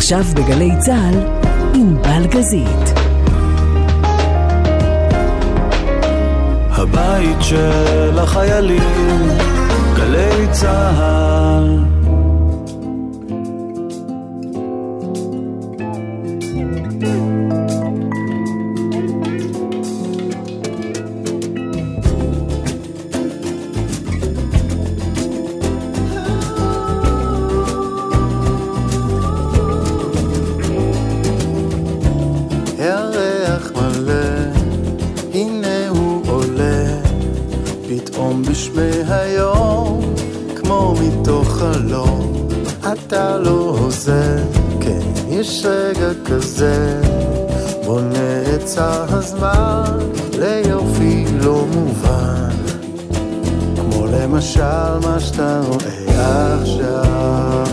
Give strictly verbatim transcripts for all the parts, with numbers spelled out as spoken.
עכשיו בגלי צהל עם בלגזית. הבית של החיילים, גלי צהל. הירח מלא, הנה הוא עולה, פתאום בשמי היום, כמו מתוך חלום. אתה לא עוזר, כן יש רגע כזה, בו נעצר הזמן ליופי לא מובן, כמו למשל מה שאתה רואה עכשיו.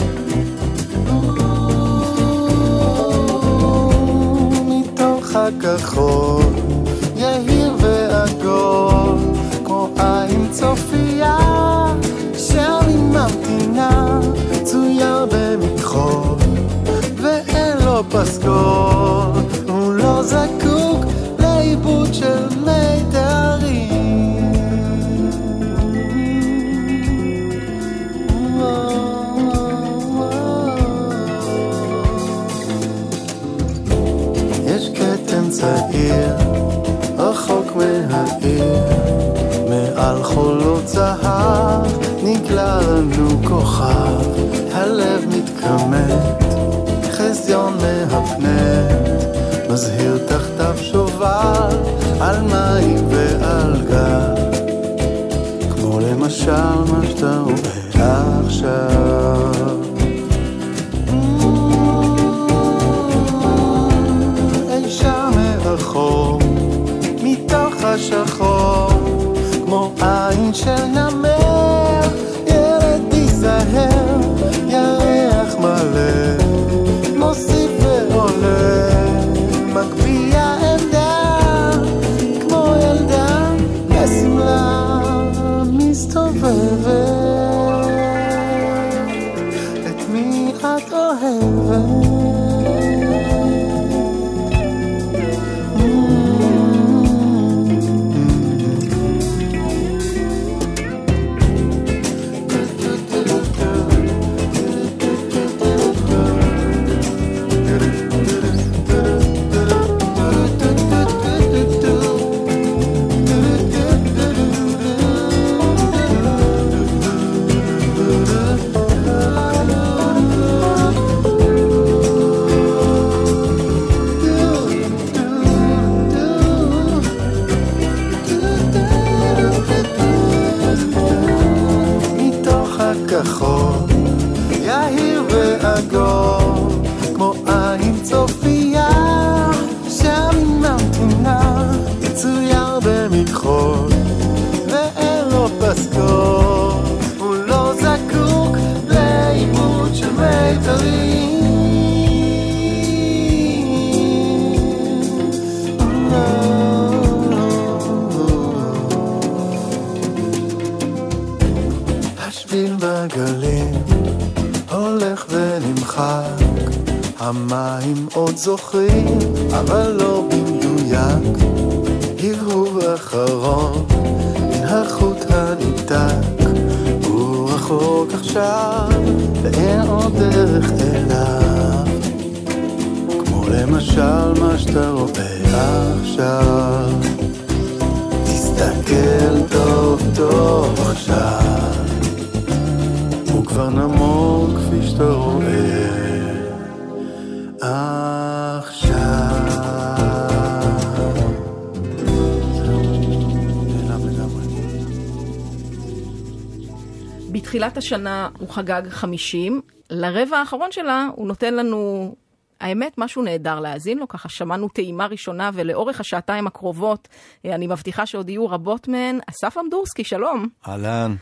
הכחול, יהיר ועגול, כמו עין צופייה, שאני ממתינה, צויר במכחול, ואין לו פסקול, הוא לא זקוק לאיבוד של מיתרים. צעיר, רחוק מהעיר, מעל חולות זהב, נגלה לנו כוכב, הלב מתכמת, חזיון מהפנט, מזהיר תחתיו שובל, על מים ועל גל, כמו למשל מה שאתה רואה עכשיו. מתוך השחור, כמו עין של נמר, ילד ייזהר, ירח מלא, מוסיף ועולה, מגביה עמדה, כמו ילדה בסמלה מסתובבת. את מי את אוהבת? יהיר ועגול, כמו עין צופייה, שאני ממתינה, צויר במכחול, ואין לו פסקול, הוא לא זקוק לאיבוד של מיתרים. השביל בגלים הולך ונמחק, המים עוד זוכרים, אבל לא במדויק, הרהוב אחרון מן החוט הניתק, הוא רחוק עכשיו ואין עוד דרך אליו, כמו למשל מה שאתה רואה עכשיו. תסתכל טוב טוב עכשיו, הוא כבר נמוג כפי שאתה רואה עכשיו. בתחילת השנה הוא חגג חמישים, לרבע האחרון שלה הוא נותן לנו, האמת, משהו נהדר להאזין לו, ככה שמענו טעימה ראשונה, ולאורך השעתיים הקרובות, אני מבטיחה שעוד יהיו רבות מהן. אסף אמדורסקי, שלום. אהלן.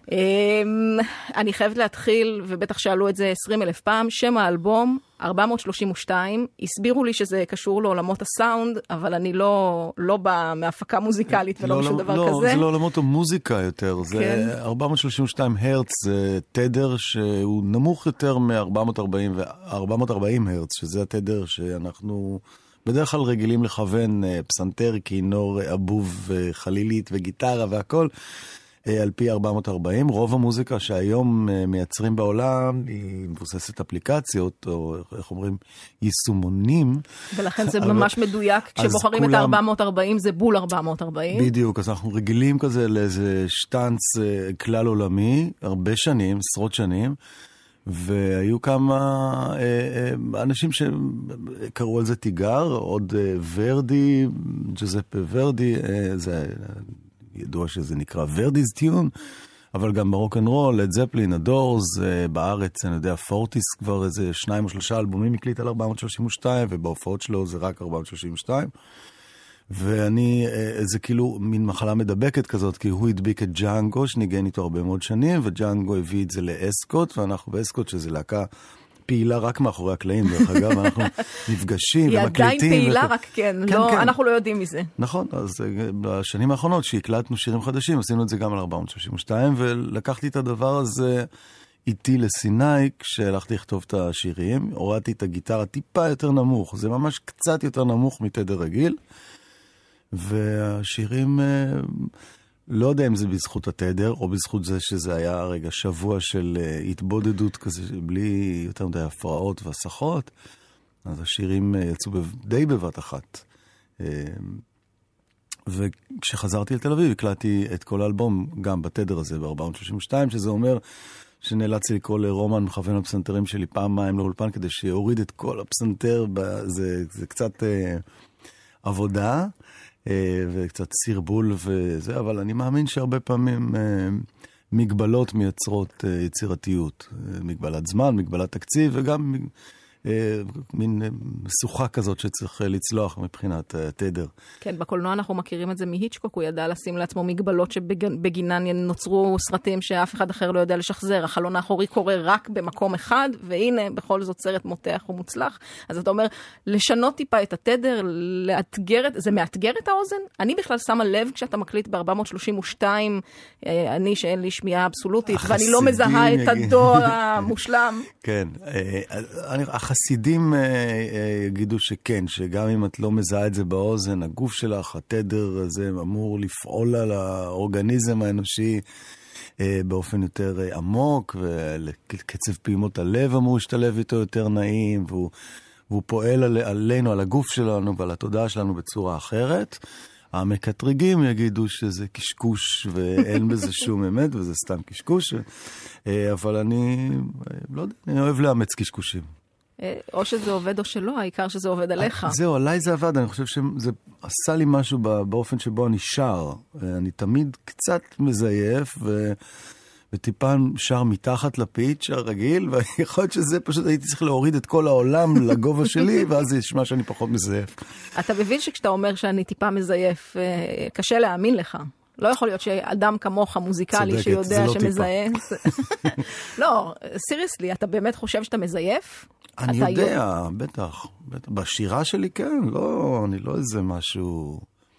אני חייבת להתחיל, ובטח שאלו את זה עשרים אלף פעם, שם האלבום ארבע מאות שלושים ושתיים, הסבירו לי שזה קשור לעולמות הסאונד, אבל אני לא, לא באה מהפקה מוזיקלית ולא משהו דבר לא, כזה. זה לא עולמות המוזיקה יותר, זה כן. ארבע מאות שלושים ושתיים הרץ, זה תדר שהוא נמוך יותר מ-ארבע מאות ארבעים הרץ, שזה התדר שאנחנו בדרך כלל רגילים לכוון פסנתר, כינור, אבוב, חלילית וגיטרה והכל, על פי ארבע מאות וארבעים. רוב המוזיקה שהיום מייצרים בעולם היא מבוססת אפליקציות, או איך אומרים, יישומונים. ולכן זה ממש מדויק, כשבוחרים כולם... את ארבע מאות וארבעים זה בול ארבע מאות וארבעים. בדיוק, אז אנחנו רגילים כזה לאיזה שטנץ כלל עולמי, הרבה שנים, עשרות שנים, והיו כמה אה, אנשים שקראו על זה תיגר, עוד אה, ורדי, ג'וזפה ורדי, אה, זה... ידוע שזה נקרא ורדיז טיון, אבל גם ברוק אנד רול, לד זפלין, הדורס, בארץ, אני יודע, פורטיס כבר איזה שניים או שלושה אלבומים הקליט על ארבע מאות שלושים ושתיים, ובהופעות שלו זה רק ארבע מאות שלושים ושתיים. ואני, זה כאילו מין מחלה מדבקת כזאת, כי הוא הדביק את ג'אנגו, שניגן איתו הרבה מאוד שנים, וג'אנגו הביא את זה לאסקוט, ואנחנו באסקוט, שזה להקה פעילה רק מאחורי הקלעים, דרך אגב, אנחנו נפגשים ומקליטים. היא עדיין פעילה, רק כן, אנחנו לא יודעים מזה. נכון, אז בשנים האחרונות שהקלטנו שירים חדשים, עשינו את זה גם על ארבע מאות שלושים ושתיים, ולקחתי את הדבר הזה איתי לסיני, כשהלכתי לכתוב את השירים, הורדתי את הגיטרה טיפה יותר נמוך, זה ממש קצת יותר נמוך מתדר רגיל, והשירים... לא יודע אם זה בזכות התדר, או בזכות זה שזה היה רגע שבוע של uh, התבודדות כזה, בלי יותר מדי הפרעות והסחות, אז השירים uh, יצאו די בבת אחת. Uh, וכשחזרתי לתל אביב, הקלטתי את כל האלבום, גם בתדר הזה, ב-ארבע מאות שלושים ושתיים, שזה אומר שנאלצתי לקרוא לרומן מכוון הפסנתרים שלי פעמיים לאולפן, כדי שיוריד את כל הפסנתר, זה, זה קצת uh, עבודה, וקצת סרבול וזה, אבל אני מאמין שהרבה פעמים מגבלות מייצרות יצירתיות. מגבלת זמן, מגבלת תקציב, וגם מין משוכה כזאת שצריך לצלוח מבחינת תדר. כן, בקולנוע אנחנו מכירים את זה מהיצ'קוק, הוא ידע לשים לעצמו מגבלות שבגינן נוצרו סרטים שאף אחד אחר לא יודע לשחזר. החלון האחורי קורה רק במקום אחד, והנה בכל זאת סרט מותח ומוצלח. אז אתה אומר, לשנות טיפה את התדר, לאתגר את, זה מאתגר את האוזן? אני בכלל שמה לב כשאתה מקליט ב-ארבע מאות שלושים ושתיים, אני שאין לי שמיעה אבסולוטית, ואני לא מזהה את הדור המושלם. כן, אני החסידים יגידו שכן, שגם אם את לא מזהה את זה באוזן, הגוף שלך, התדר הזה אמור לפעול על האורגניזם האנושי באופן יותר עמוק, וקצב פעימות הלב אמור להשתלב איתו יותר נעים, והוא, והוא פועל על, עלינו, על הגוף שלנו ועל התודעה שלנו בצורה אחרת. המקטרגים יגידו שזה קשקוש ואין בזה שום אמת, וזה סתם קשקוש, אבל אני לא יודע, אני אוהב לאמץ קשקושים. או שזה עובד או שלא, העיקר שזה עובד עליך. זהו, עליי זה עבד, אני חושב שזה עשה לי משהו באופן שבו אני שר. אני תמיד קצת מזייף, ו... וטיפה שר מתחת לפיץ' הרגיל, ויכול להיות שזה פשוט הייתי צריך להוריד את כל העולם לגובה שלי, ואז זה ישמע שאני פחות מזייף. אתה מבין שכשאתה אומר שאני טיפה מזייף, קשה להאמין לך. לא יכול להיות שאדם כמוך מוזיקלי שיודע שמזייף. לא, סיריוסלי, אתה באמת חושב שאתה מזייף? אני יודע, בטח. בשירה שלי כן, לא, אני לא איזה משהו...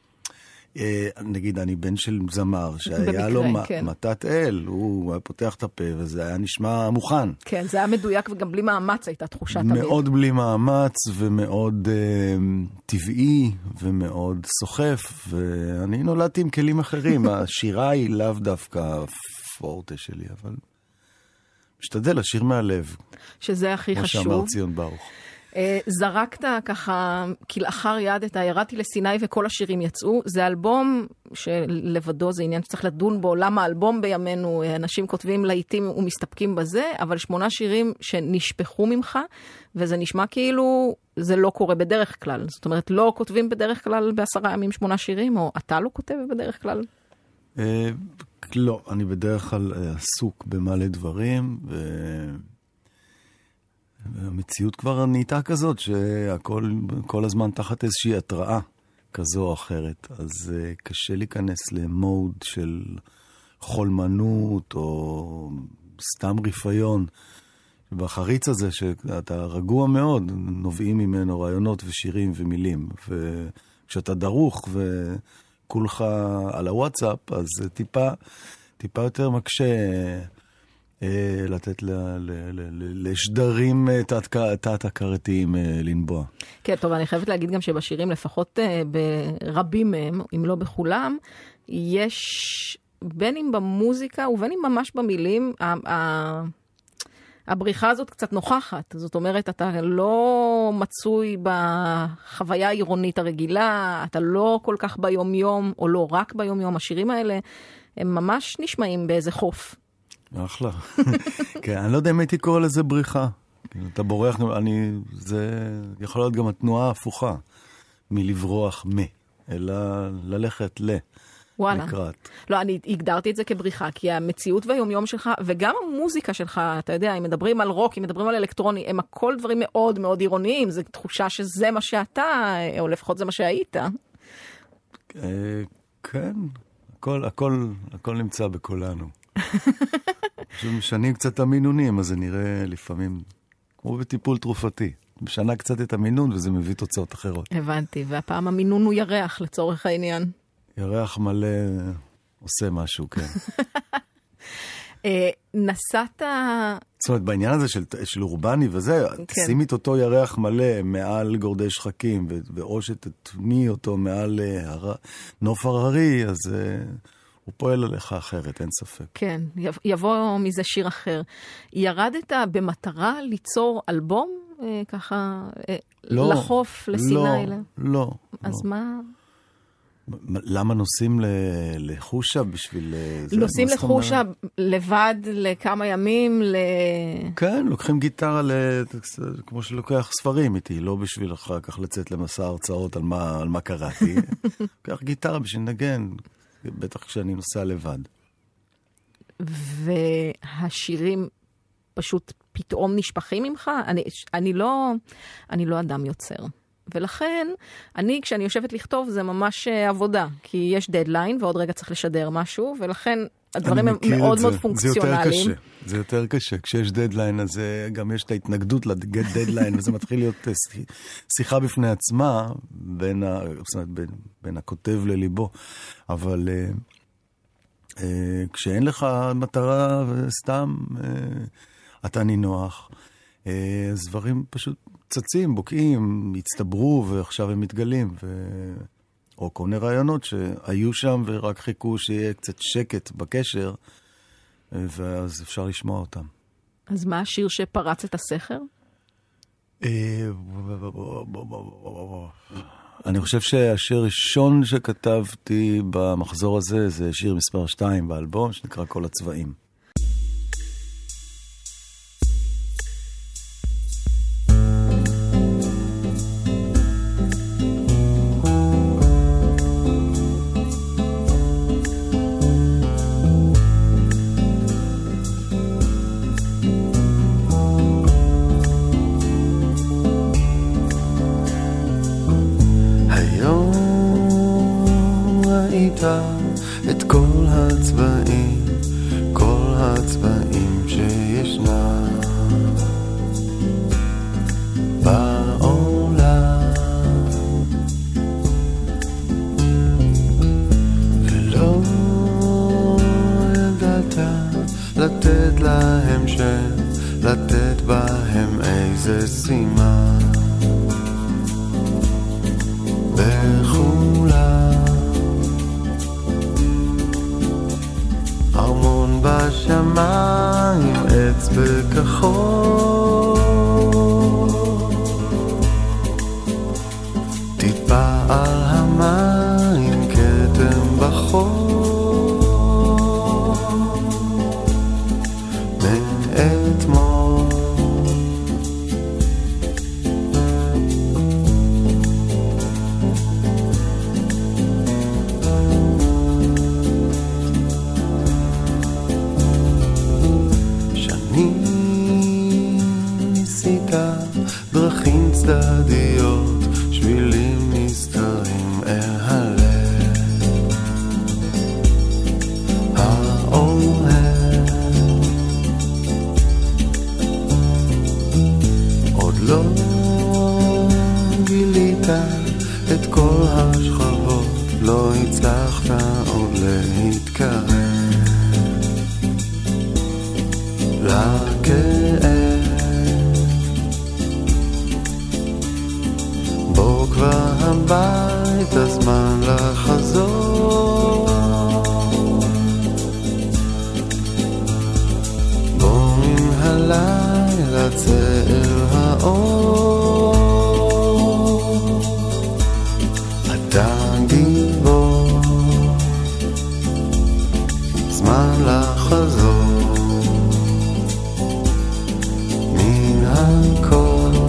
נגיד, אני בן של זמר, שהיה לו מתת אל, הוא היה פותח את הפה, וזה היה נשמע מוכן. כן, זה היה מדויק, וגם בלי מאמץ הייתה תחושה תמיד. מאוד בלי מאמץ, ומאוד טבעי, ומאוד סוחף, ואני נולדתי עם כלים אחרים. השירה היא לאו דווקא הפורטה שלי, אבל משתדל לשיר מהלב. שזה הכי חשוב. כמו שאמר ציון ברוך. זרקת ככה כלאחר יד את הירדתי לסיני וכל השירים יצאו. זה אלבום שלבדו זה עניין שצריך לדון בו, למה האלבום בימינו, אנשים כותבים לעיתים ומסתפקים בזה, אבל שמונה שירים שנשפחו ממך, וזה נשמע כאילו זה לא קורה בדרך כלל. זאת אומרת, לא כותבים בדרך כלל בעשרה ימים שמונה שירים, או אתה לא כותב בדרך כלל? לא, אני בדרך כלל עסוק במלא דברים, ו... והמציאות כבר נהייתה כזאת, שהכל כל הזמן תחת איזושהי התראה כזו או אחרת. אז uh, קשה להיכנס למוד של חולמנות או סתם רפיון. בחריץ הזה שאתה רגוע מאוד, נובעים ממנו רעיונות ושירים ומילים. וכשאתה דרוך וכולך על הוואטסאפ, אז טיפה, טיפה יותר מקשה לתת לשדרים תת-הכרתיים לנבוע. כן, טוב, אני חייבת להגיד גם שבשירים, לפחות ברבים מהם, אם לא בכולם, יש בין אם במוזיקה ובין אם ממש במילים, הבריחה הזאת קצת נוכחת. זאת אומרת, אתה לא מצוי בחוויה העירונית הרגילה, אתה לא כל כך ביום-יום, או לא רק ביום-יום. השירים האלה, הם ממש נשמעים באיזה חוף. אחלה. כן, אני לא יודע אם הייתי קורא לזה בריחה. אתה בורח, אני, זה יכול להיות גם התנועה ההפוכה, מלברוח מ, אלא ללכת ל. וואלה. לקראת. לא, אני הגדרתי את זה כבריחה, כי המציאות והיומיום שלך, וגם המוזיקה שלך, אתה יודע, אם מדברים על רוק, אם מדברים על אלקטרוני, הם הכל דברים מאוד מאוד עירוניים, זו תחושה שזה מה שאתה, או לפחות זה מה שהיית. כן, הכל, הכל, הכל נמצא בכולנו. משנים קצת המינונים, אז זה נראה לפעמים כמו בטיפול תרופתי. משנה קצת את המינון, וזה מביא תוצאות אחרות. הבנתי, והפעם המינון הוא ירח לצורך העניין. ירח מלא עושה משהו, כן. נסעת... זאת אומרת, בעניין הזה של, של אורבני וזה, תשימי את אותו ירח מלא מעל גורדי שחקים, ואו שתתמי אותו מעל הר... נוף הררי, אז... הוא פועל עליך אחרת, אין ספק. כן, יבוא מזה שיר אחר. ירדת במטרה ליצור אלבום, אה, ככה, אה, לא, לחוף, לסיני? לא, לא. אז לא. מה? למה נוסעים לחושה בשביל... נוסעים לחושה לבד לכמה ימים? ל... כן, לוקחים גיטרה, כמו שלוקח ספרים איתי, לא בשביל אחר כך לצאת למסע הרצאות על מה, על מה קראתי. לוקח גיטרה בשביל נגן, בטח כשאני נוסע לבד. והשירים פשוט פתאום נשפכים ממך? אני, אני לא, אני לא אדם יוצר. ולכן, אני, כשאני יושבת לכתוב, זה ממש עבודה. כי יש דדליין, ועוד רגע צריך לשדר משהו, ולכן הדברים הם מאוד מאוד פונקציונליים. זה יותר קשה. זה יותר קשה. כשיש דדליין, אז גם יש את ההתנגדות לדדליין, וזה מתחיל להיות שיחה בפני עצמה, בין, ה, בין, בין הכותב לליבו. אבל כשאין לך מטרה וסתם, אתה נינוח. אז דברים פשוט צצים, בוקעים, הצטברו, ועכשיו הם מתגלים. ו... או כל מיני רעיונות שהיו שם ורק חיכו שיהיה קצת שקט בקשר, ואז אפשר לשמוע אותם. אז מה השיר שפרץ את הסכר? אני חושב שהשיר הראשון שכתבתי במחזור הזה, זה שיר מספר שתיים באלבום, שנקרא כל הצבעים. את כל הצבעים, כל הצבעים שישנה בעולם, ולא ידעת לתת להם שם, לתת בהם איזה סימן בכולם. ארמון בשמיים, עץ בכחול, טיפה על המים, כתם בחול, מאתמול. לא גילית את כל השכבות, לא הצלחת עוד להתקרב לכאב. בוא כבר הביתה, הזמן לחזור. בוא מן הלילה צא אל האור. אתה גיבור, זמן לחזור מן הכל.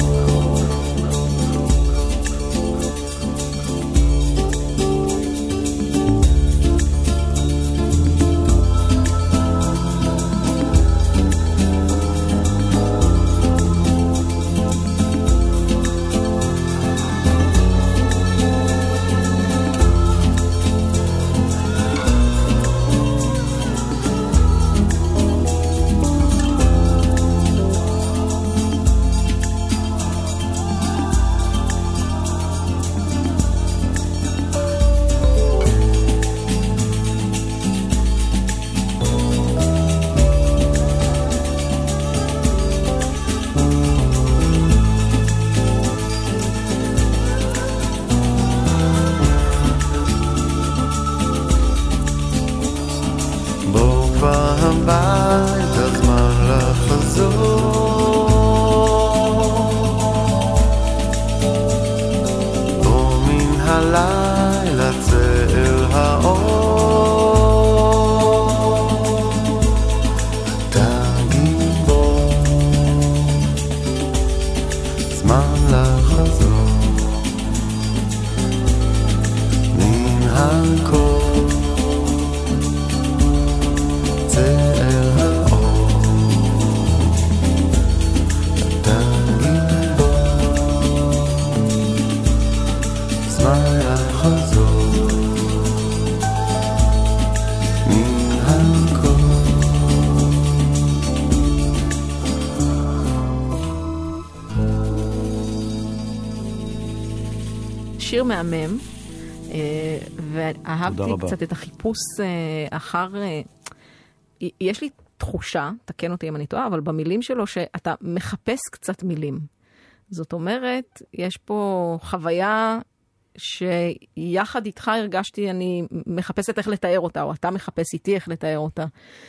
שיר מהמם, ואהבתי קצת את החיפוש אחר, יש לי תחושה, תקן אותי אם אני טועה, אבל במילים שלו שאתה מחפש קצת מילים. זאת אומרת, יש פה חוויה שיחד איתך הרגשתי, אני מחפשת איך לתאר אותה, או אתה מחפש איתי איך לתאר אותה.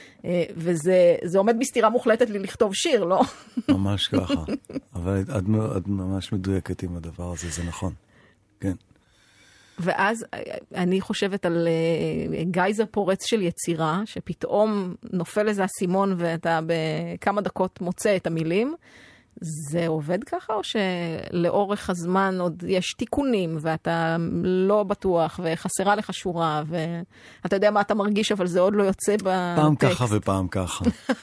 וזה זה עומד בסתירה מוחלטת לי לכתוב שיר, לא? ממש ככה. אבל את, את ממש מדויקת עם הדבר הזה, זה נכון. כן. ואז אני חושבת על גייזר פורץ של יצירה, שפתאום נופל איזה אסימון ואתה בכמה דקות מוצא את המילים. זה עובד ככה, או שלאורך הזמן עוד יש תיקונים ואתה לא בטוח וחסרה לך שורה ואתה יודע מה אתה מרגיש, אבל זה עוד לא יוצא בטקסט? פעם ככה ופעם ככה.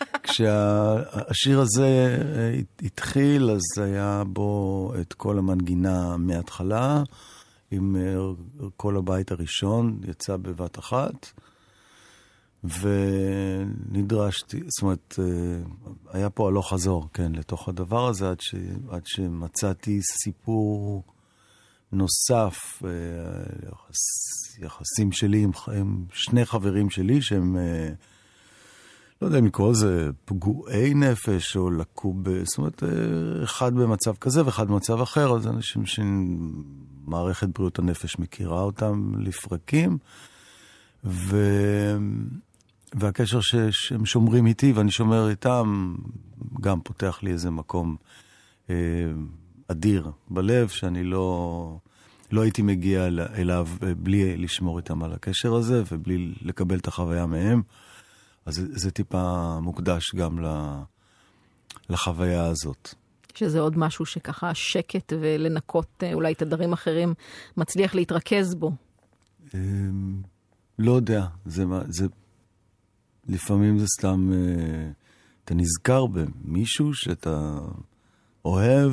כשהשיר הזה התחיל, אז היה בו את כל המנגינה מההתחלה, עם כל הבית הראשון, יצא בבת אחת, ונדרשתי, זאת אומרת, היה פה הלוך חזור, כן, לתוך הדבר הזה, עד, ש, עד שמצאתי סיפור נוסף, יחס, יחסים שלי עם, עם שני חברים שלי, שהם, לא יודע אם לקרוא זה פגועי נפש, או לקו ב... זאת אומרת, אחד במצב כזה ואחד במצב אחר, אז אנשים שמערכת בריאות הנפש מכירה אותם לפרקים, ו... והקשר ש... שהם שומרים איתי ואני שומר איתם, גם פותח לי איזה מקום אה, אדיר בלב, שאני לא, לא הייתי מגיע אליו בלי לשמור איתם על הקשר הזה, ובלי לקבל את החוויה מהם. אז זה, זה טיפה מוקדש גם לחוויה הזאת. שזה עוד משהו שככה שקט ולנקות אולי תדרים אחרים מצליח להתרכז בו. לא יודע, זה, זה, לפעמים זה סתם, אתה נזכר במישהו שאתה אוהב,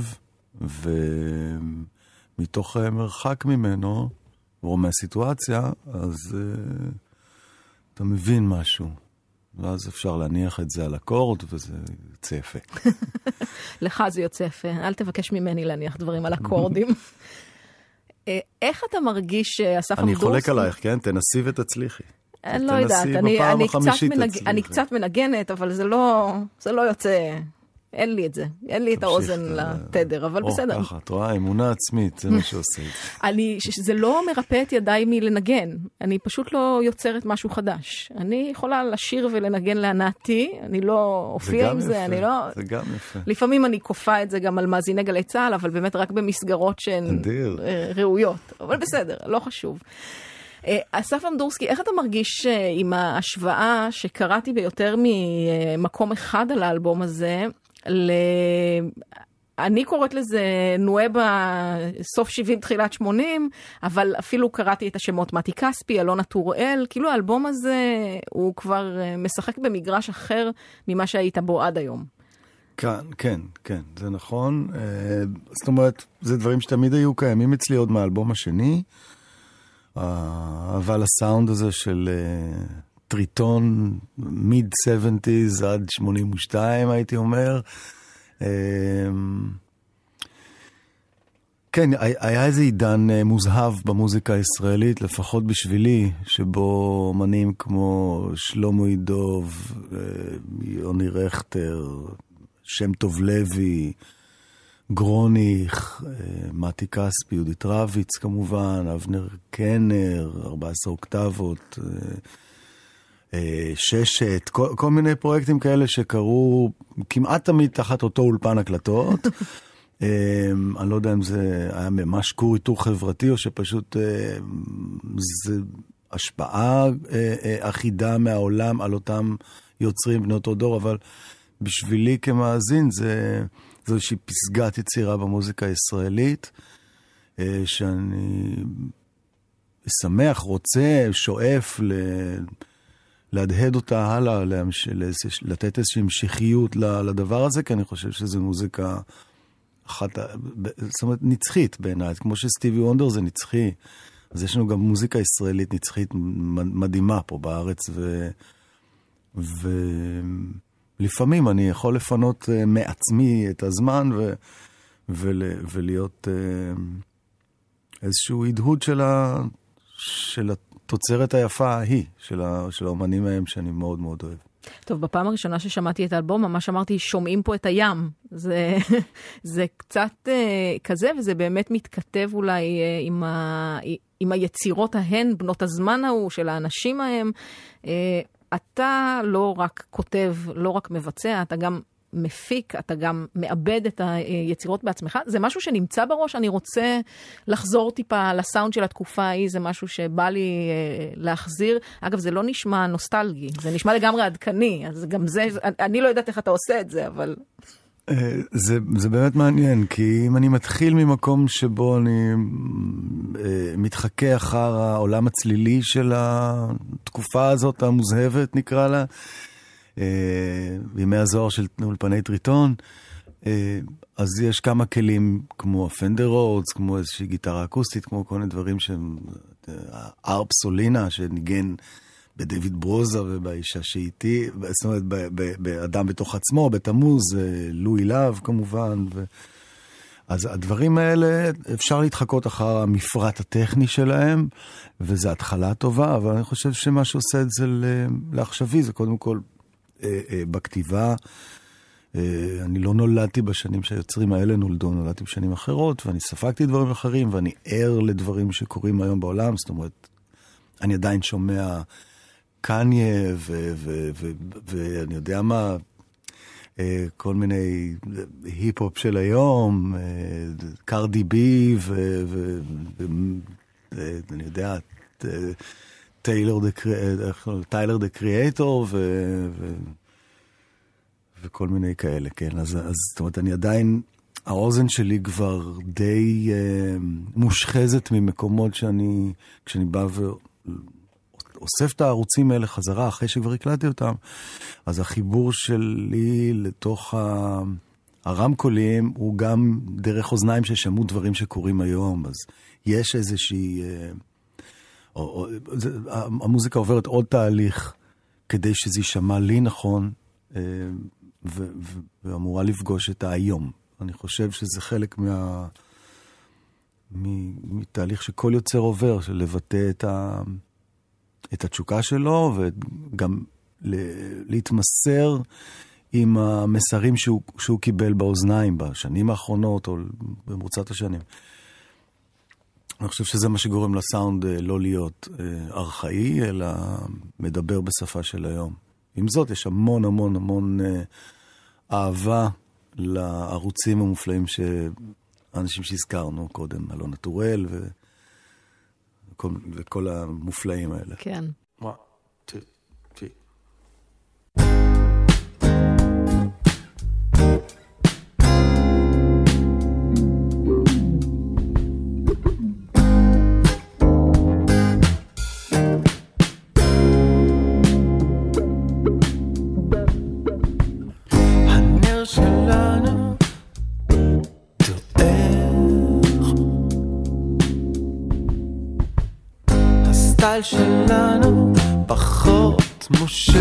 ומתוך מרחק ממנו, או מהסיטואציה, אז אתה מבין משהו. ואז אפשר להניח את זה על אקורד, וזה יוצא יפה. לך זה יוצא יפה, אל תבקש ממני להניח דברים על אקורדים. איך אתה מרגיש שאסף אני אמדורסקי... חולק עלייך, כן? תנסי ותצליחי. אני לא יודעת, אני, אני, קצת מנג... אני קצת מנגנת, אבל זה לא, זה לא יוצא, אין לי את זה, אין לי את האוזן לתדר, אבל בסדר. או, ככה, את רואה, אמונה עצמית, זה מה שעושה את זה. אני, זה לא מרפא את ידיי מלנגן, אני פשוט לא יוצרת משהו חדש. אני יכולה לשיר ולנגן להנאתי, אני לא הופיע עם זה, אני לא... זה גם יפה. לפעמים אני קופה את זה גם על מאזיני גלי צהל, אבל באמת רק במסגרות שהן ראויות. אבל בסדר, לא חשוב. אסף אמדורסקי, איך אתה מרגיש עם ההשוואה שקראתי ביותר ממקום אחד על האלבום הזה, ל... אני קוראת לזה נועה בסוף שבעים, תחילת שמונים, אבל אפילו קראתי את השמות מתי כספי, אלונה טוראל, כאילו האלבום הזה הוא כבר משחק במגרש אחר ממה שהיית בו עד היום. כן, כן, כן, זה נכון. זאת אומרת, זה דברים שתמיד היו קיימים אצלי עוד מהאלבום השני, אבל הסאונד הזה של טריטון, מיד שבעים עד שמונים ושתיים, הייתי אומר. כן, היה איזה עידן מוזהב במוזיקה הישראלית, לפחות בשבילי, שבו אומנים כמו שלמה ידוב, יוני רכטר, שם טוב לוי, גרוניך, מתי כספי, יהודית רביץ כמובן, אבנר קנר, ארבע עשרה אוקטבות, ששת, כל, כל מיני פרויקטים כאלה שקרו כמעט תמיד תחת אותו אולפן הקלטות. אני לא יודע אם זה היה ממש כור היתור חברתי, או שפשוט זה השפעה אחידה מהעולם על אותם יוצרים בני אותו דור, אבל בשבילי כמאזין זה... זו איזושהי פסגת יצירה במוזיקה הישראלית, שאני שמח, רוצה, שואף ל... להדהד אותה הלאה, להמש... לתת איזושהי המשכיות לדבר הזה, כי אני חושב שזו מוזיקה אחת, זאת אומרת, נצחית בעיניי, כמו שסטיבי וונדר זה נצחי, אז יש לנו גם מוזיקה ישראלית נצחית מדהימה פה בארץ, ו... ו... לפעמים אני יכול לפנות uh, מעצמי את הזמן ו- ול- ולהיות uh, איזשהו הדהוד של, ה- של התוצרת היפה ההיא, של, ה- של האומנים ההם שאני מאוד מאוד אוהב. טוב, בפעם הראשונה ששמעתי את האלבום, ממש אמרתי, שומעים פה את הים. זה, זה קצת uh, כזה, וזה באמת מתכתב אולי uh, עם, ה- עם היצירות ההן, בנות הזמן ההוא של האנשים ההם. Uh, אתה לא רק כותב, לא רק מבצע, אתה גם מפיק, אתה גם מאבד את היצירות בעצמך. זה משהו שנמצא בראש, אני רוצה לחזור טיפה לסאונד של התקופה ההיא, זה משהו שבא לי להחזיר. אגב, זה לא נשמע נוסטלגי, זה נשמע לגמרי עדכני, אז גם זה, אני לא יודעת איך אתה עושה את זה, אבל... זה, זה באמת מעניין, כי אם אני מתחיל ממקום שבו אני אה, מתחכה אחר העולם הצלילי של התקופה הזאת, המוזהבת נקרא לה, אה, בימי הזוהר של אולפני טריטון, אה, אז יש כמה כלים כמו הפנדר רודס, כמו איזושהי גיטרה אקוסטית, כמו כל מיני דברים שהם, הארפ סולינה שניגן בדויד ברוזה ובאישה שאיתי, זאת אומרת, באדם בתוך עצמו, בתמוז, לואי להב כמובן. ו... אז הדברים האלה, אפשר להתחקות אחר המפרט הטכני שלהם, וזו התחלה טובה, אבל אני חושב שמה שעושה את זה לעכשווי, זה קודם כל בכתיבה. אני לא נולדתי בשנים שהיוצרים האלה נולדו, נולדתי בשנים אחרות, ואני ספגתי דברים אחרים, ואני ער לדברים שקורים היום בעולם, זאת אומרת, אני עדיין שומע... קניה, ואני יודע מה, כל מיני היפ-הופ של היום, קרדי בי, ואני יודע, טיילר דה קריאטור, וכל מיני כאלה, כן. אז זאת אומרת, אני עדיין, האוזן שלי כבר די מושחזת ממקומות שאני, כשאני בא ו... אוסף את הערוצים האלה חזרה אחרי שכבר הקלטתי אותם, אז החיבור שלי לתוך הרמקולים הוא גם דרך אוזניים ששמעו דברים שקורים היום, אז יש איזושהי... או, או, זה, המוזיקה עוברת עוד תהליך כדי שזה יישמע לי נכון, ואמורה לפגוש את היום. אני חושב שזה חלק מה... מתהליך שכל יוצר עובר, של לבטא את, ה... את התשוקה שלו, וגם להתמסר עם המסרים שהוא, שהוא קיבל באוזניים, בשנים האחרונות, או במרוצת השנים. אני חושב שזה מה שגורם לסאונד לא להיות ארכאי, אלא מדבר בשפה של היום. עם זאת, יש המון המון המון אהבה לערוצים המופלאים שהאנשים שהזכרנו קודם, אלון נטורל וכל, וכל המופלאים האלה. כן. One, two, three. הסטייל שלנו פחות מושך,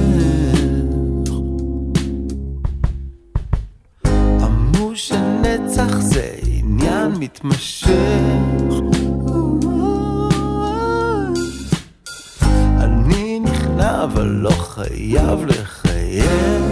אמרו שנצח זה עניין מתמשך, אני נכנע אבל לא חייב לחייך,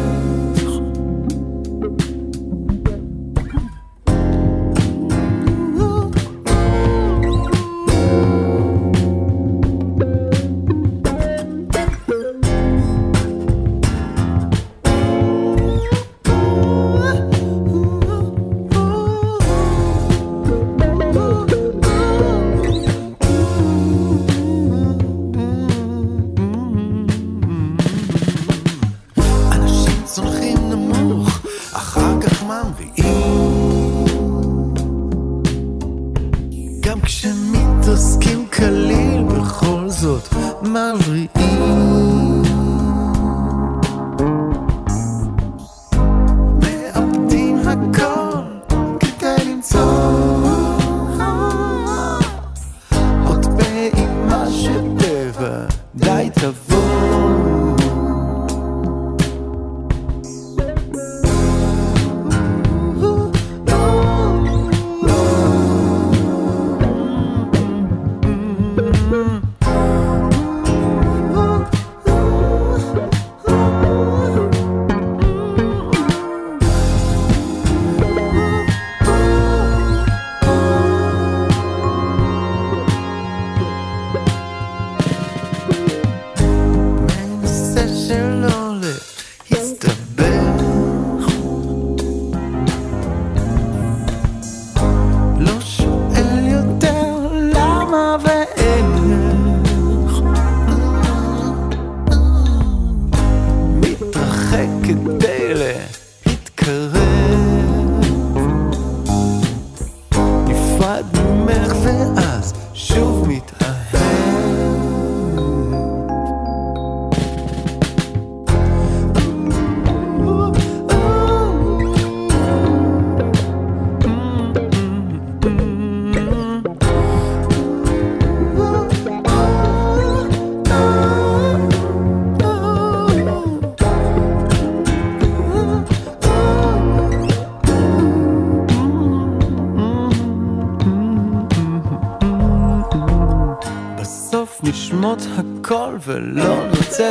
נשמות הכל ולא נוצא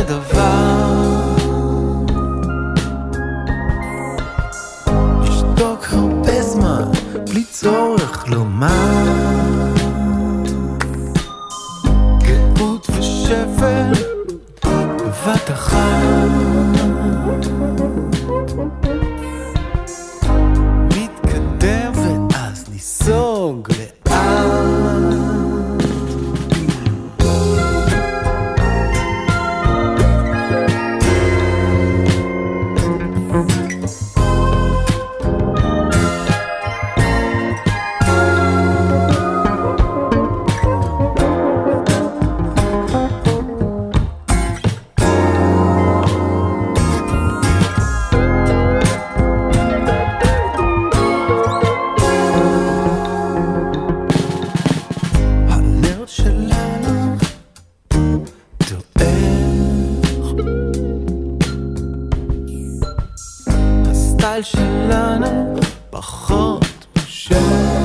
דבר, נשתוק הרבה זמן בלי צורך לומר, גאות ושפל בבת אחת, מתקדם ואז ניסוג לאט, הסטייל שלנו פחות פשוט.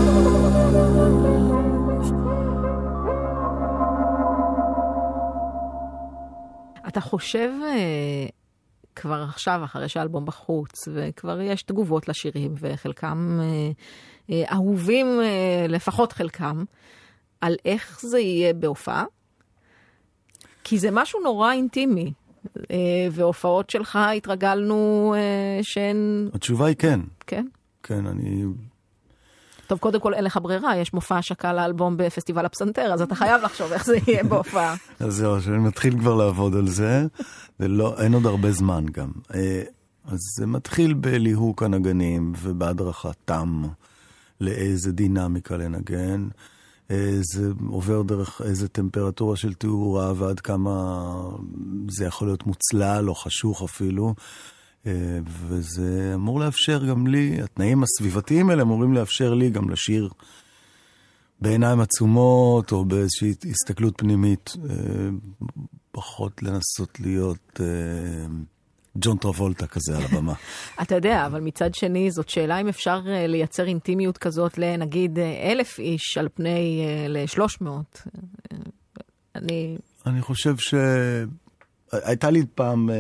אתה חושב כבר עכשיו, אחרי שהאלבום בחוץ, וכבר יש תגובות לשירים, וחלקם אהובים, לפחות חלקם, על איך זה יהיה בהופעה? כי זה משהו נורא אינטימי, והופעות שלך התרגלנו שהן... התשובה היא כן. כן? כן, אני... טוב, קודם כל אין לך ברירה, יש מופע השקה לאלבום בפסטיבל הפסנתר, אז אתה חייב לחשוב איך זה יהיה בהופעה. אז זהו, שאני מתחיל כבר לעבוד על זה, ולא, אין עוד הרבה זמן גם. אז זה מתחיל בליהוק הנגנים ובהדרכתם לאיזה דינמיקה לנגן, זה עובר דרך איזה טמפרטורה של תאורה ועד כמה זה יכול להיות מוצלל או חשוך אפילו, וזה אמור לאפשר גם לי, התנאים הסביבתיים האלה אמורים לאפשר לי גם לשיר בעיניים עצומות או באיזושהי הסתכלות פנימית, פחות לנסות להיות ג'ון טרבולטה כזה על הבמה. אתה יודע, אבל מצד שני זאת שאלה אם אפשר לייצר אינטימיות כזאת לנגיד אלף איש על פני ל-שלוש מאות. אני... אני חושב ש... הייתה לי פעם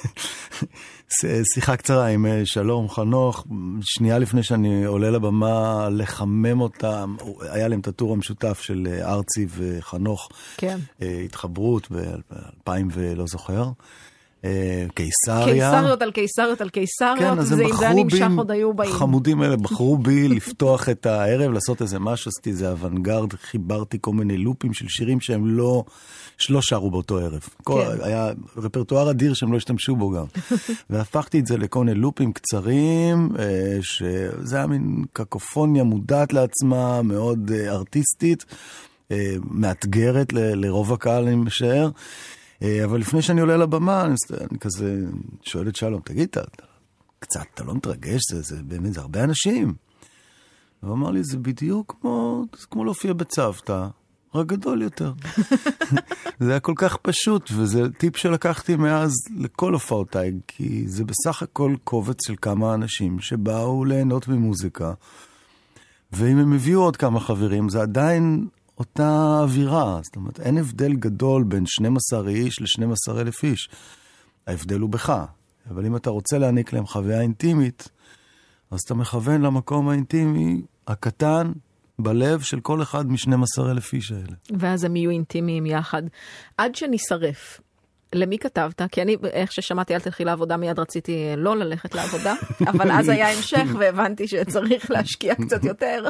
שיחה קצרה עם שלום חנוך, שנייה לפני שאני עולה לבמה לחמם אותם, היה להם את הטור המשותף של ארצי וחנוך, כן. התחברות ב-אלפיים ולא זוכר, קיסריה. קיסריות על קיסריות על קיסריות, כן, אז זה אם זה נמשך עוד היו באים. החמודים האלה בחרו בי לפתוח את הערב, לעשות איזה משהו, עשיתי איזה אוונגרד, חיברתי כל מיני לופים של שירים שהם לא, שלא שרו באותו ערב. כל, היה רפרטואר אדיר שהם לא השתמשו בו גם. והפכתי את זה לכל מיני לופים קצרים, שזה היה מין קקופוניה מודעת לעצמה, מאוד ארטיסטית, מאתגרת ל- לרוב הקהל, אני משער. אבל לפני שאני עולה לבמה, אני, אני כזה שואל את שלום, תגיד, אתה, קצת, אתה לא מתרגש, זה, זה באמת, זה הרבה אנשים. הוא אמר לי, זה בדיוק כמו, זה כמו להופיע בצוותא, רק גדול יותר. זה היה כל כך פשוט, וזה טיפ שלקחתי מאז לכל הופעותיי, כי זה בסך הכל קובץ של כמה אנשים שבאו ליהנות ממוזיקה, ואם הם הביאו עוד כמה חברים, זה עדיין... אותה אווירה, זאת אומרת, אין הבדל גדול בין שנים עשר איש ל-שנים עשר אלף איש. ההבדל הוא בך. אבל אם אתה רוצה להעניק להם חוויה אינטימית, אז אתה מכוון למקום האינטימי הקטן בלב של כל אחד מ-שנים עשר אלף איש האלה. ואז הם יהיו אינטימיים יחד. עד שנשרף, למי כתבת? כי אני, איך ששמעתי על תלכי לעבודה, מיד רציתי לא ללכת לעבודה, אבל אז היה המשך והבנתי שצריך להשקיע קצת יותר.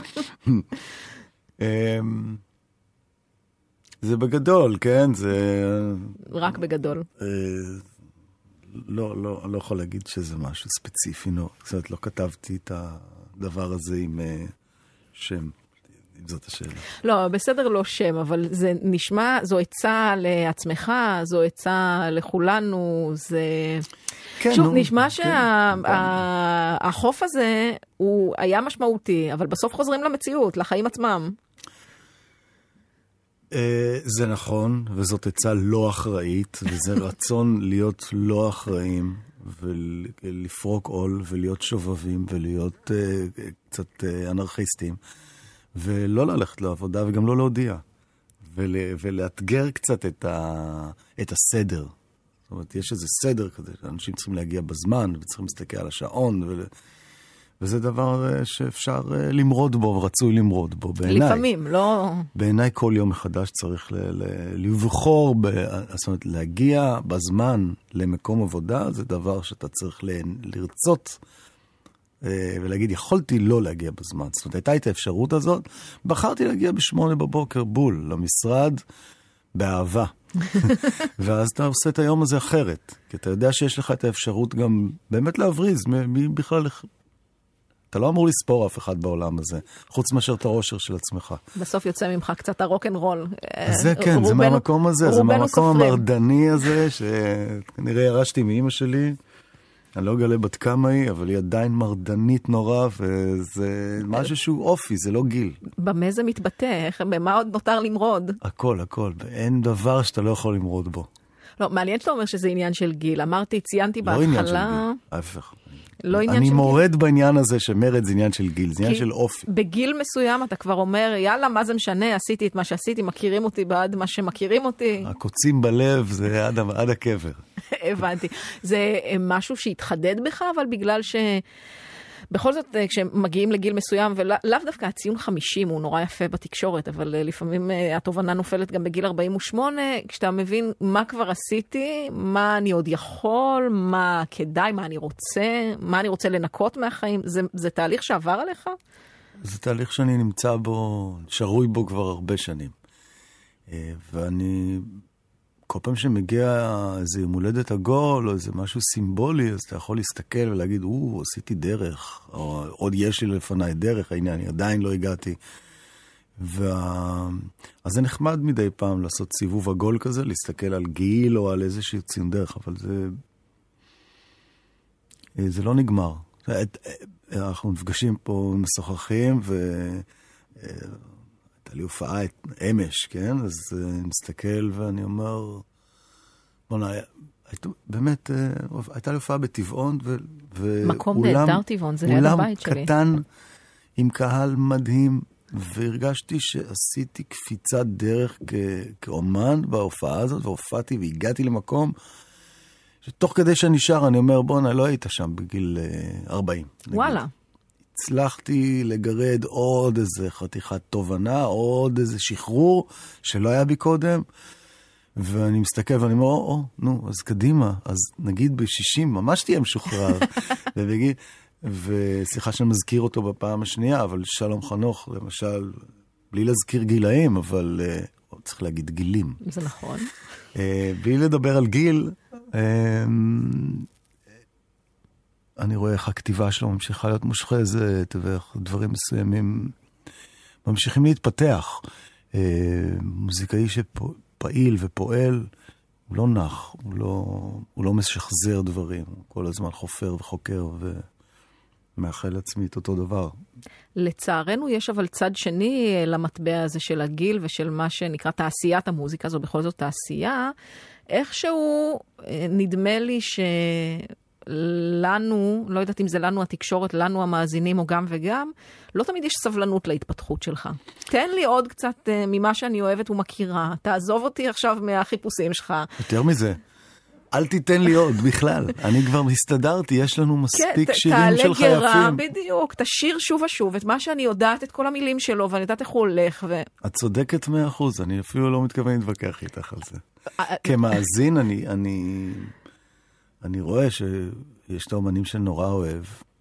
זה בגדול, כן? זה... רק בגדול. לא, לא, לא יכול להגיד שזה משהו ספציפי, לא. זאת אומרת, לא כתבתי את הדבר הזה עם שם, אם זאת השאלה. לא, בסדר לא שם, אבל זה נשמע, זו עצה לעצמך, זו עצה לכולנו, זה... כן, שוב, נו, נשמע כן, שהחוף שה... הזה הוא היה משמעותי, אבל בסוף חוזרים למציאות, לחיים עצמם. זה נכון, וזאת עצה לא אחראית, וזה רצון להיות לא אחראים, ולפרוק עול, ולהיות שובבים, ולהיות uh, קצת uh, אנרכיסטים, ולא ללכת לעבודה, וגם לא להודיע, ול, ולאתגר קצת את, ה, את הסדר. זאת אומרת, יש איזה סדר כזה, אנשים צריכים להגיע בזמן, וצריכים להסתכל על השעון, ול... וזה דבר שאפשר למרוד בו, ורצוי למרוד בו, בעיניי. לפעמים, לא... בעיניי כל יום מחדש צריך ל- ל- לבחור, ב- זאת אומרת, להגיע בזמן למקום עבודה, זה דבר שאתה צריך ל- לרצות, ולהגיד, יכולתי לא להגיע בזמן. זאת אומרת, הייתה את האפשרות הזאת, בחרתי להגיע בשמונה בבוקר בול, למשרד, באהבה. ואז אתה עושה את היום הזה אחרת, כי אתה יודע שיש לך את האפשרות גם באמת להבריז, מי בכלל... אתה לא אמור לספור אף אחד בעולם הזה, חוץ מאשר את הראשר של עצמך. בסוף יוצא ממך קצת הרוק'נ'רול. זה כן, זה מהמקום הזה, זה מהמקום המרדני הזה, שכנראה ירשתי מאמא שלי, אני לא אגלה בת כמה היא, אבל היא עדיין מרדנית נורא, וזה משהו שהוא אופי, זה לא גיל. במה זה מתבטא? במה עוד נותר למרוד? הכל, הכל, אין דבר שאתה לא יכול למרוד בו. לא, מעניין שאתה אומר שזה עניין של גיל. אמרתי, ציינתי בהתחלה... לא עניין של גיל, ההפך. לא עניין אני של מורד גיל. בעניין הזה שמרד זה עניין של גיל, זה עניין של אופי. בגיל מסוים אתה כבר אומר, יאללה, מה זה משנה, עשיתי את מה שעשיתי, מכירים אותי בעד מה שמכירים אותי. הקוצים בלב זה עד, עד הקבר. הבנתי. זה משהו שהתחדד בך, אבל בגלל ש... בכל זאת, כשמגיעים לגיל מסוים, ולאו דווקא הציון חמישים הוא נורא יפה בתקשורת, אבל לפעמים התובנה נופלת גם בגיל ארבעים ושמונה, כשאתה מבין מה כבר עשיתי, מה אני עוד יכול, מה כדאי, מה אני רוצה, מה אני רוצה לנקות מהחיים, זה, זה תהליך שעבר עליך? זה תהליך שאני נמצא בו, שרוי בו כבר הרבה שנים. ואני... כל פעם שמגיע איזה יום הולדת עגול, או איזה משהו סימבולי, אז אתה יכול להסתכל ולהגיד, או, עשיתי דרך, או עוד יש לי לפניי דרך, הנה, אני עדיין לא הגעתי. וה... אז זה נחמד מדי פעם לעשות סיבוב עגול כזה, להסתכל על גיל או על איזושהי ציון דרך, אבל זה... זה לא נגמר. אנחנו נפגשים פה משוחחים, ו... הייתה לי הופעה אמש, כן? אז אני מסתכל ואני אומר, בוא'נה, באמת, הייתה לי הופעה בטבעון, מקום נהדר טבעון, זה ליד הבית שלי. אולם קטן, עם קהל מדהים, והרגשתי שעשיתי קפיצת דרך כאומן בהופעה הזאת, והופעתי והגעתי למקום, שתוך כדי שאני שר, אני אומר, בוא'נה, לא היית שם בגיל ארבעים. וואלה. הצלחתי לגרד עוד איזה חתיכת תובנה, עוד איזה שחרור שלא היה בי קודם, ואני מסתכל ואני אומר, או, או, נו, אז קדימה, אז נגיד ב-שישים ממש תהיה משוחרר, ובגיד, וסליחה שאני מזכיר אותו בפעם השנייה, אבל שלום חנוך, למשל, בלי להזכיר גילאים, אבל uh, צריך להגיד גילים. זה נכון. Uh, בלי לדבר על גיל, uh, אני רואה איך הכתיבה שלו ממשיכה להיות מושחזת, ואיך דברים מסוימים ממשיכים להתפתח. מוזיקאי שפעיל ופועל, הוא לא נח, הוא לא, הוא לא משחזר דברים, הוא כל הזמן חופר וחוקר ומאחל לעצמי את אותו דבר. לצערנו יש אבל צד שני למטבע הזה של הגיל ושל מה שנקרא תעשיית המוזיקה, זו בכל זאת תעשייה, איכשהו נדמה לי ש... לנו, לא יודעת אם זה לנו התקשורת, לנו המאזינים או גם וגם, לא תמיד יש סבלנות להתפתחות שלך. תן לי עוד קצת uh, ממה שאני אוהבת ומכירה. תעזוב אותי עכשיו מהחיפושים שלך. יותר מזה. אל תיתן לי עוד בכלל. אני כבר הסתדרתי, יש לנו מספיק שירים של חייפים. תעלה גרה, בדיוק. תשיר שוב ושוב את מה שאני יודעת, את כל המילים שלו, ואני יודעת איך הוא הולך. ו... את צודקת מאה אחוז, אני אפילו לא מתכוון להתווכח איתך על זה. כמאזין, אני... אני... אני רואה שיש את האומנים שנורא אוהב,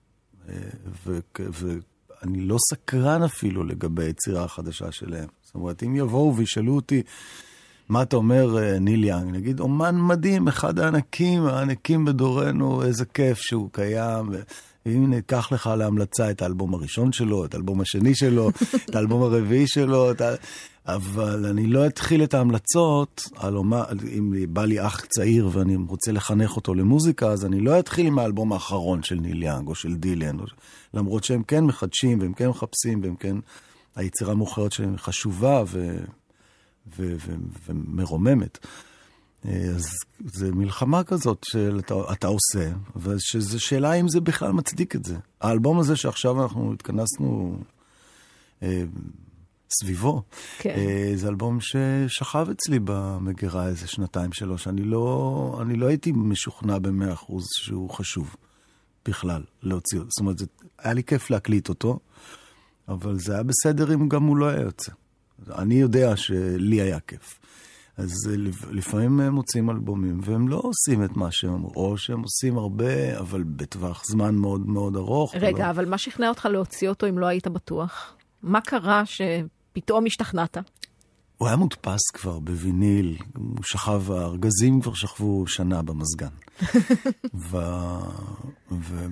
ואני לא סקרן אפילו לגבי היצירה החדשה שלהם. זאת אומרת, אם יבואו וישאלו אותי, מה אתה אומר ניל יאנג? נגיד, אומן מדהים, אחד הענקים, הענקים בדורנו, איזה כיף שהוא קיים, ואם ניקח לך להמלצה את האלבום הראשון שלו, את האלבום השני שלו, את האלבום הרביעי שלו, את ה... אבל אני לא אתחיל את ההמלצות, על אומה, אם בא לי אח צעיר ואני רוצה לחנך אותו למוזיקה, אז אני לא אתחיל עם האלבום האחרון של ניל יאנג או של דילן, למרות שהם כן מחדשים והם כן מחפשים, והם כן, היצירה המאוחרת שלהם חשובה ו, ו, ו, ומרוממת. אז זה מלחמה כזאת שאתה אתה עושה, ושזו שאלה אם זה בכלל מצדיק את זה. האלבום הזה שעכשיו אנחנו התכנסנו... סביבו. כן. זה אלבום ששכב אצלי במגירה איזה שנתיים שלוש. אני לא, אני לא הייתי משוכנע במאה אחוז שהוא חשוב בכלל להוציא. זאת אומרת, זה, היה לי כיף להקליט אותו, אבל זה היה בסדר אם גם הוא לא היה יוצא. אני יודע שלי היה כיף. אז לפעמים הם מוצאים אלבומים, והם לא עושים את מה שהם אמרו, או שהם עושים הרבה, אבל בטווח זמן מאוד מאוד ארוך. רגע, לא... אבל מה שכנע אותך להוציא אותו אם לא היית בטוח? מה קרה שפתאום השתכנעת? הוא היה מודפס כבר בוויניל, הוא שכב, הארגזים כבר שכבו שנה במזגן. ו... ו...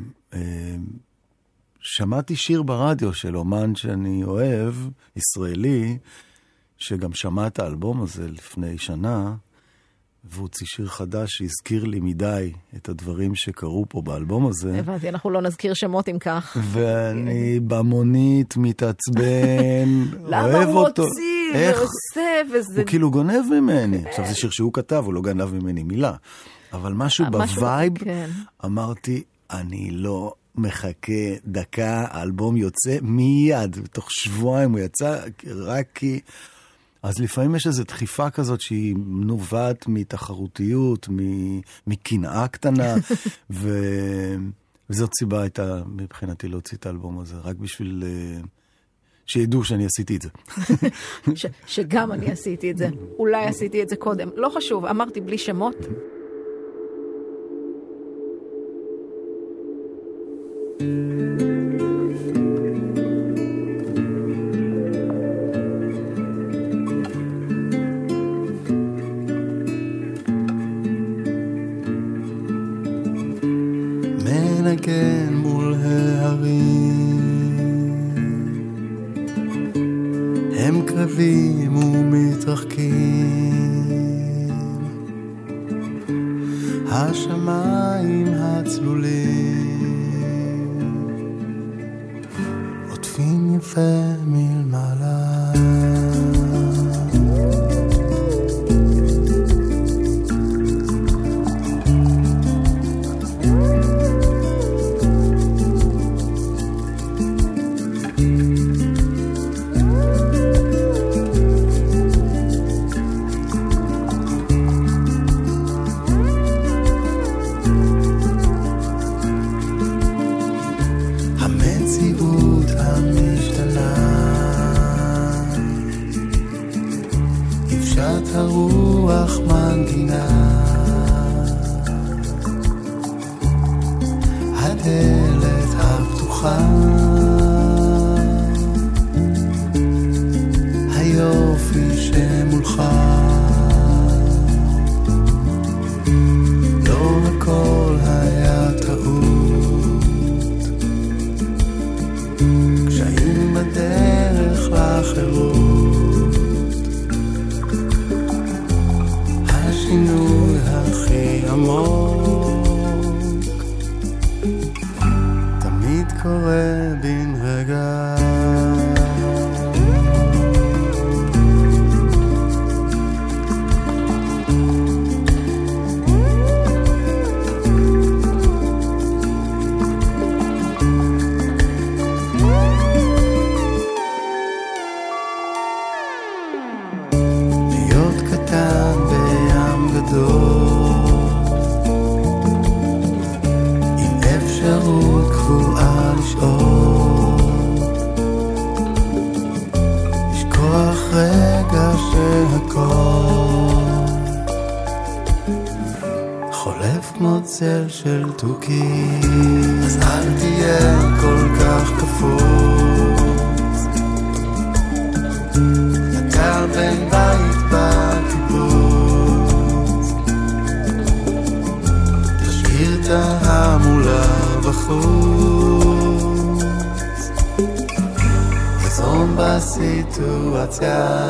שמעתי שיר ברדיו של אומן שאני אוהב, ישראלי, שגם שמע את האלבום הזה לפני שנה, והוא הוציא שיר חדש שהזכיר לי מדי את הדברים שקרו פה באלבום הזה. הבנתי, אנחנו לא נזכיר שמות אם כך. ואני במונית מתעצבן, למה הוא הוציא ועושה וזה... הוא כאילו גונב ממני. עכשיו זה שיר שהוא כתב, הוא לא גנב ממני מילה. אבל משהו בווייב, אמרתי, אני לא מחכה דקה, האלבום יוצא מיד, בתוך שבועיים הוא יצא, רק כי... אז לפעמים יש איזו דחיפה כזאת שהיא נובעת מתחרותיות, מקנאה קטנה, ו... וזאת סיבה הייתה מבחינתי להוציא את האלבום הזה, רק בשביל שידעו שאני עשיתי את זה. ש- שגם אני עשיתי את זה. אולי עשיתי את זה קודם. לא חשוב, אמרתי בלי שמות. מנגן מול ההרים, הם קרבים ומתרחקים, השמיים הצלולים עוטפים יפה מלמעלה. הרוח מנגינה, הדלת הפתוחה, היופי שמולך, לא הכל היה טעות, קשיים בדרך לחירות, השינוי הכי עמוק תמיד קורה בן רגע. צל של תוקי, אז אל תהיה כל כך קפוץ, אתה בן בית בקיבוץ, תשאיר את ההמולה בחוץ, יזרום בסיטואציה.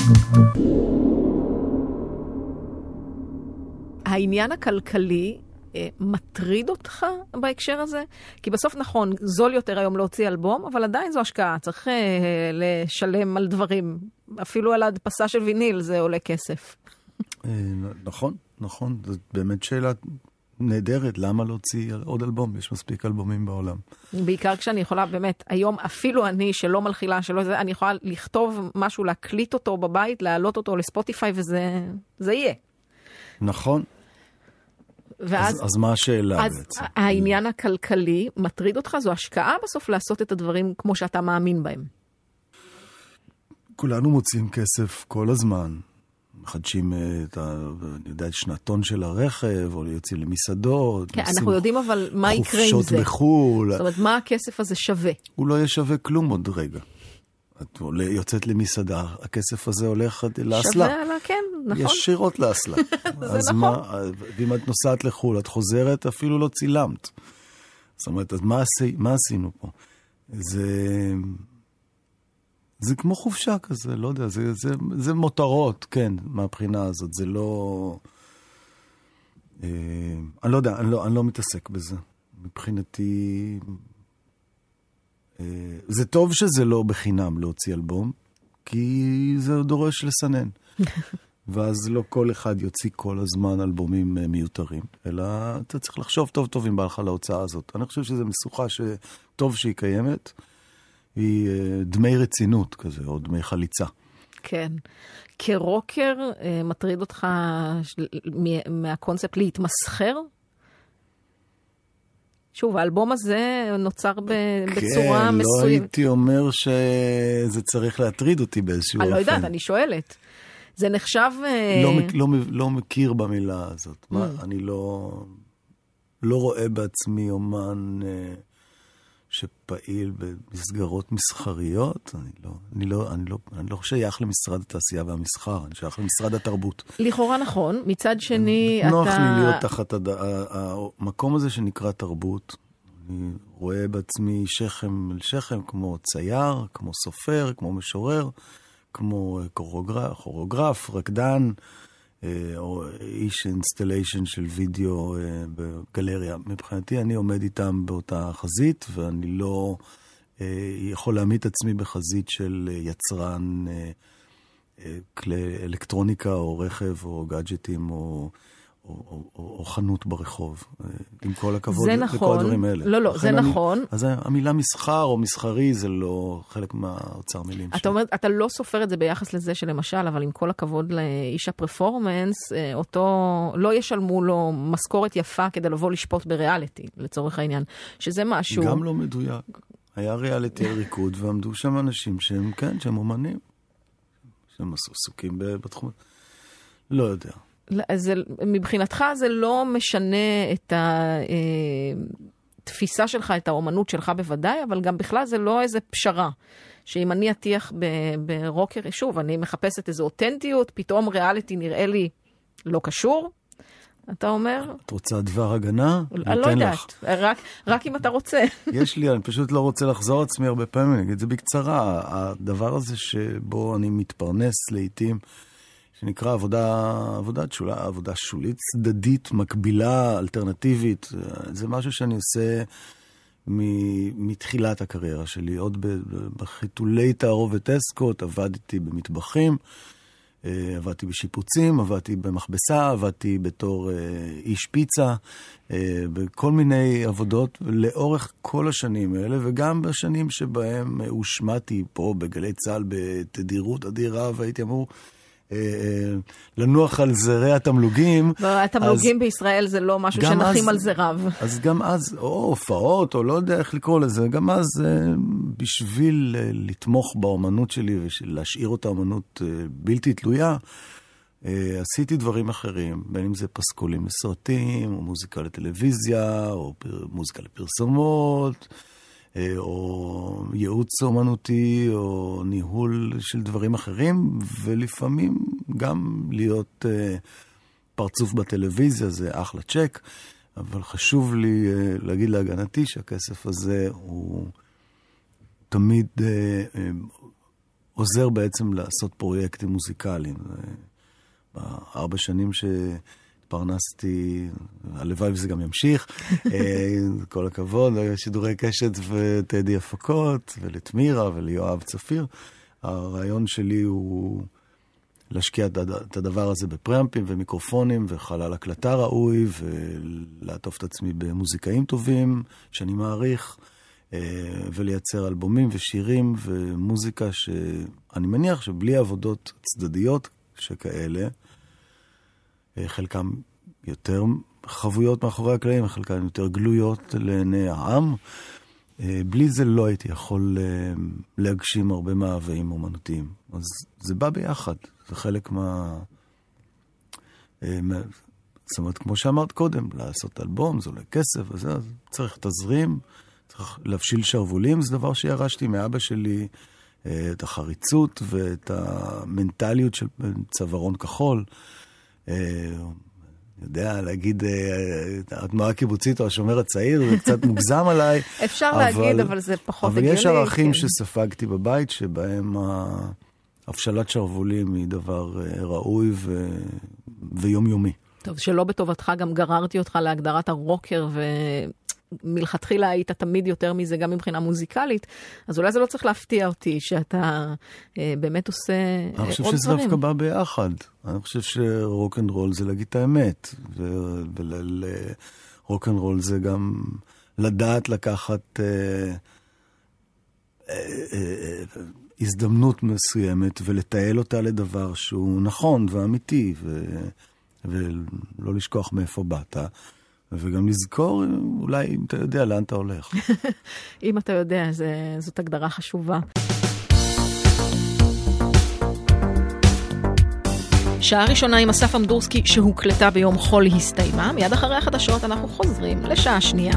העניין הכלכלי מטריד אותך בהקשר הזה? כי בסוף נכון, זול יותר היום להוציא אלבום, אבל עדיין זו השקעה. צריך לשלם על דברים. אפילו על ההדפסה של ויניל זה עולה כסף. נכון, נכון. זאת באמת שאלה נהדרת. למה להוציא עוד אלבום? יש מספיק אלבומים בעולם. בעיקר כשאני יכולה, באמת, היום אפילו אני שלא מלחילה, שלא זה, אני יכולה לכתוב משהו, להקליט אותו בבית, להעלות אותו לספוטיפיי, וזה זה יהיה. נכון. ואז, אז, אז מה השאלה אז בעצם? העניין הכלכלי מטריד אותך, זו השקעה בסוף לעשות את הדברים כמו שאתה מאמין בהם. כולנו מוצאים כסף כל הזמן. מחדשים את ה, אני יודע, שנתון של הרכב, או יוצאים למסעדות. כן, אנחנו יודעים אבל מה יקרה עם זה. חופשות בחול. זאת אומרת, מה הכסף הזה שווה? הוא לא יהיה שווה כלום עוד רגע. את יוצאת למסעדה, הכסף הזה הולך לאסלה. שווה עלה, כן, נכון. ישירות לאסלה. זה אז נכון. מה, ואם את נוסעת לחול, את חוזרת, אפילו לא צילמת. זאת אומרת, אז מה, עשי, מה עשינו פה? זה... זה כמו חופשה כזה, לא יודע, זה, זה, זה מותרות, כן, מהבחינה הזאת, זה לא... אה, אני לא יודע, אני לא, אני לא מתעסק בזה. מבחינתי... אה, זה טוב שזה לא בחינם להוציא אלבום, כי זה דורש לסנן. ואז לא כל אחד יוציא כל הזמן אלבומים מיותרים, אלא אתה צריך לחשוב טוב טוב אם בא לך להוצאה הזאת. אני חושב שזו משוכה שטוב שהיא קיימת, היא דמי רצינות כזה, או דמי חליצה. כן. כרוקר, מטריד אותך מהקונספט להתמסחר? שוב, האלבום הזה נוצר בצורה כן, מסוימת. לא הייתי אומר שזה צריך להטריד אותי באיזשהו אופן. אני לא יודעת, אני שואלת. זה נחשב... לא, לא, לא מכיר במילה הזאת. מה, אני לא, לא רואה בעצמי אומן... שפעיל במסגרות מסחריות, אני לא, אני לא, אני לא, אני לא שייך למשרד התעשייה והמסחר, אני שייך למשרד התרבות. לכאורה נכון, מצד שני אתה... נוח לי להיות תחת הד... המקום הזה שנקרא תרבות, אני רואה בעצמי שכם אל שכם, כמו צייר, כמו סופר, כמו משורר, כמו קוריאוגרף, קוריאוגרף, רקדן, או איש אינסטליישן של וידאו בגלריה. מבחינתי אני עומד איתם באותה חזית, ואני לא יכול להעמיד את עצמי בחזית של יצרן כלי אלקטרוניקה או רכב או גאדג'טים או, או, או, או, או חנות ברחוב. עם כל הכבוד נכון. לכל הדברים האלה. לא, לא, זה אני, נכון. אז המילה מסחר או מסחרי זה לא חלק מהאוצר מילים שלי. אתה אומר, אתה לא סופר את זה ביחס לזה שלמשל, אבל עם כל הכבוד לאיש הפרפורמנס, אותו לא ישלמו לו משכורת יפה כדי לבוא לשפוט בריאליטי, לצורך העניין. שזה משהו... גם לא מדויק. היה ריאליטי על ריקוד, ועמדו שם אנשים שהם, כן, שהם אומנים. שהם עסוקים בתחום. לא יודע. זה, מבחינתך זה לא משנה את התפיסה שלך, את האומנות שלך בוודאי, אבל גם בכלל זה לא איזה פשרה. שאם אני אתיח ברוקר, שוב, אני מחפשת איזו אותנטיות, פתאום ריאליטי נראה לי לא קשור. אתה אומר? את רוצה דבר הגנה? אני לא יודעת, רק, רק אם אתה רוצה. יש לי, אני פשוט לא רוצה לחזור עצמי הרבה פעמים, אני אגיד את זה בקצרה. הדבר הזה שבו אני מתפרנס לעתים, שנקרא עבודה, עבודה שולה, עבודה שולית, צדדית, מקבילה, אלטרנטיבית. זה משהו שאני עושה מתחילת הקריירה שלי. עוד בחיתולי תערובת אסקוט, עבדתי במטבחים, עבדתי בשיפוצים, עבדתי במכבסה, עבדתי בתור איש פיצה, בכל מיני עבודות לאורך כל השנים האלה, וגם בשנים שבהם הושמעתי פה בגלי צהל בתדירות אדירה, והייתי אמור לנוח על זרי התמלוגים. התמלוגים בישראל זה לא משהו שנחים על זה רב. אז גם אז, או הופעות, או לא יודע איך לקרוא לזה, גם אז בשביל לתמוך באומנות שלי ולהשאיר אותה אומנות בלתי תלויה, עשיתי דברים אחרים, בין אם זה פסקולים לסרטים, או מוזיקה לטלוויזיה, או מוזיקה לפרסומות, או ייעוץ אומנותי, או ניהול של דברים אחרים, ולפעמים גם להיות פרצוף בטלוויזיה, זה אחלה צ'ק, אבל חשוב לי להגיד להגנתי שהכסף הזה הוא תמיד עוזר בעצם לעשות פרויקטים מוזיקליים. בארבע שנים ש... התפרנסתי, הלוואי וזה גם ימשיך, כל הכבוד, שידורי קשת וטדי הפקות, ולתמירה וליואב צפיר. הרעיון שלי הוא להשקיע את הדבר הזה בפרמפים ומיקרופונים וחלל הקלטה ראוי, ולעטוף את עצמי במוזיקאים טובים שאני מעריך, ולייצר אלבומים ושירים ומוזיקה שאני מניח שבלי עבודות צדדיות שכאלה, חלקם יותר חבויות מאחורי הקלעים, חלקם יותר גלויות לעיני העם. בלי זה לא הייתי יכול להגשים הרבה מאוויים אומנותיים. אז זה בא ביחד, זה חלק מה... זאת אומרת, כמו שאמרת קודם, לעשות אלבום, זה עולה כסף, וזה, אז צריך תזרים, צריך להפשיל שרבולים, זה דבר שירשתי מאבא שלי, את החריצות ואת המנטליות של צווארון כחול. יודע, להגיד התנועה הקיבוצית או השומר הצעיר, זה קצת מוגזם עליי. אפשר להגיד, אבל זה פחות הגיוני. אבל יש ערכים שספגתי בבית, שבהם הפשלת שרבולים היא דבר ראוי ויומיומי. טוב, שלא בטובתך גם גררתי אותך להגדרת הרוקר, ומלכתחילה היית תמיד יותר מזה גם מבחינה מוזיקלית, אז אולי זה לא צריך להפתיע אותי, שאתה באמת עושה עוד דברים. אני חושב שזה דווקא בא ביחד. אני חושב שרוק'נ'רול זה להגיד את האמת, ורוק'נ'רול זה גם לדעת לקחת הזדמנות מסוימת, ולטייל אותה לדבר שהוא נכון ואמיתי, ולא לשכוח מאיפה באת, וגם לזכור אולי אם אתה יודע לאן אתה הולך. אם אתה יודע, זאת הגדרה חשובה. שעה ראשונה עם אסף אמדורסקי שהוקלטה ביום חול הסתיימה. מיד אחרי החדשות אנחנו חוזרים לשעה שנייה.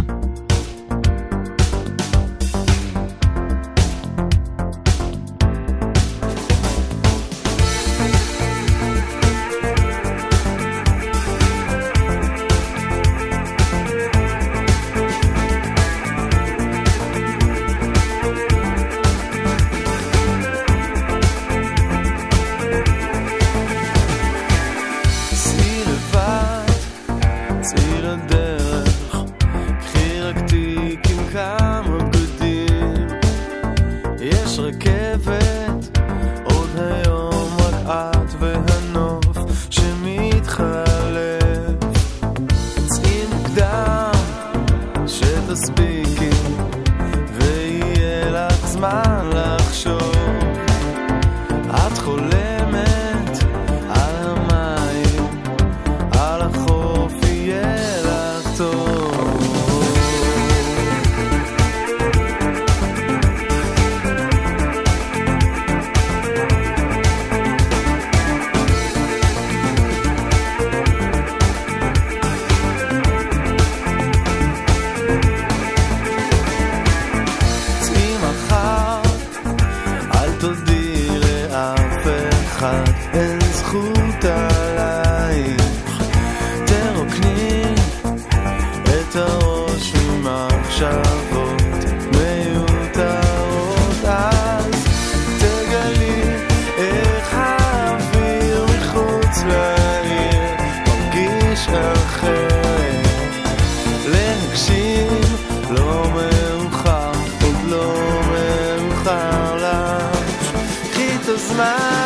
Smile